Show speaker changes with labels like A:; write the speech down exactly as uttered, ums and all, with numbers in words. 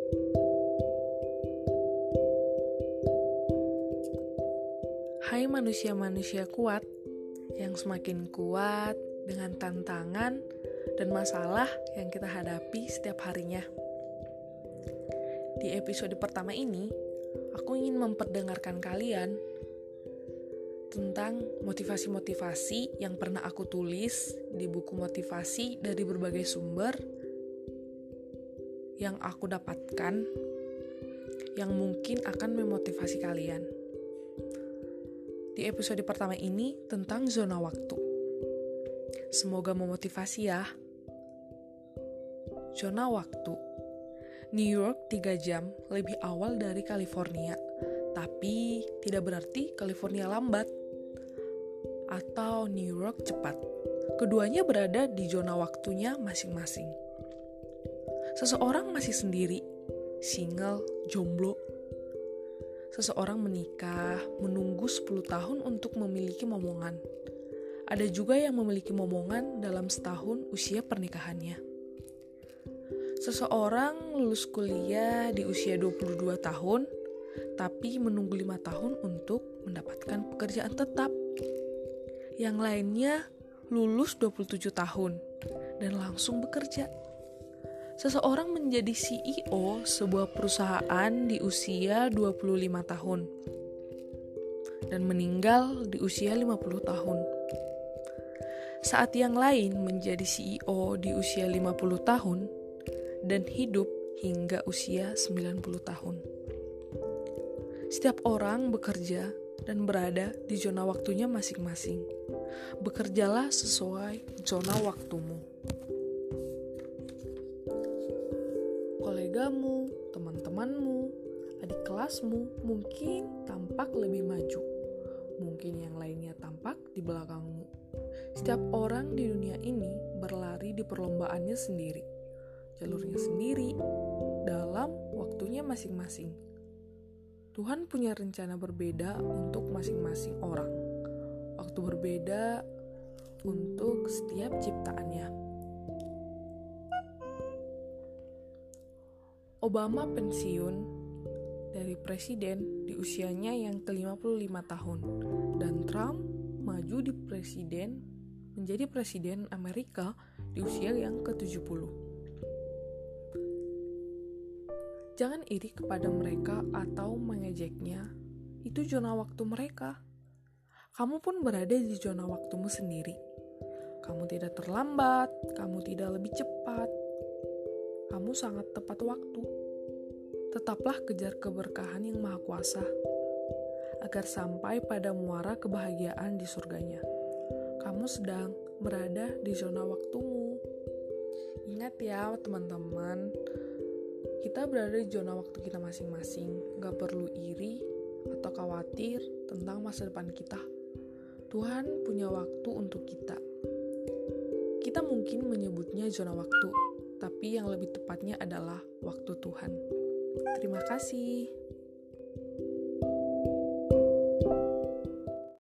A: Hai manusia-manusia kuat yang semakin kuat dengan tantangan dan masalah yang kita hadapi setiap harinya. Di episode pertama ini, aku ingin memperdengarkan kalian tentang motivasi-motivasi yang pernah aku tulis di buku motivasi dari berbagai sumber yang aku dapatkan yang mungkin akan memotivasi kalian. Di episode pertama ini tentang zona waktu. Semoga memotivasi ya. Zona waktu. New York tiga jam lebih awal dari California, tapi tidak berarti California lambat atau New York cepat. Keduanya berada di zona waktunya masing-masing. Seseorang masih sendiri, single, jomblo. Seseorang menikah, menunggu sepuluh tahun untuk memiliki momongan. Ada juga yang memiliki momongan dalam setahun usia pernikahannya. Seseorang lulus kuliah di usia dua puluh dua tahun, tapi menunggu lima tahun untuk mendapatkan pekerjaan tetap. Yang lainnya lulus dua puluh tujuh tahun dan langsung bekerja. Seseorang menjadi C E O sebuah perusahaan di usia dua puluh lima tahun dan meninggal di usia lima puluh tahun. Saat yang lain menjadi C E O di usia lima puluh tahun dan hidup hingga usia sembilan puluh tahun. Setiap orang bekerja dan berada di zona waktunya masing-masing. Bekerjalah sesuai zona waktumu. Kolegamu, teman-temanmu, adik kelasmu mungkin tampak lebih maju. Mungkin yang lainnya tampak di belakangmu. Setiap orang di dunia ini berlari di perlombaannya sendiri, jalurnya sendiri, dalam waktunya masing-masing. Tuhan punya rencana berbeda untuk masing-masing orang. Waktu berbeda untuk setiap ciptaannya. Obama pensiun dari presiden di usianya yang ke lima puluh lima tahun dan Trump maju di presiden menjadi presiden Amerika di usia yang ke tujuh puluh. Jangan iri kepada mereka atau mengejeknya. Itu zona waktu mereka. Kamu pun berada di zona waktumu sendiri. Kamu tidak terlambat, kamu tidak lebih cepat. Kamu sangat tepat waktu. Tetaplah kejar keberkahan yang maha kuasa, agar sampai pada muara kebahagiaan di surganya. Kamu sedang berada di zona waktumu. Ingat ya teman-teman, kita berada di zona waktu kita masing-masing. Gak perlu iri atau khawatir tentang masa depan kita. Tuhan punya waktu untuk kita. Kita mungkin menyebutnya zona waktu, tapi yang lebih tepatnya adalah waktu Tuhan. Terima kasih.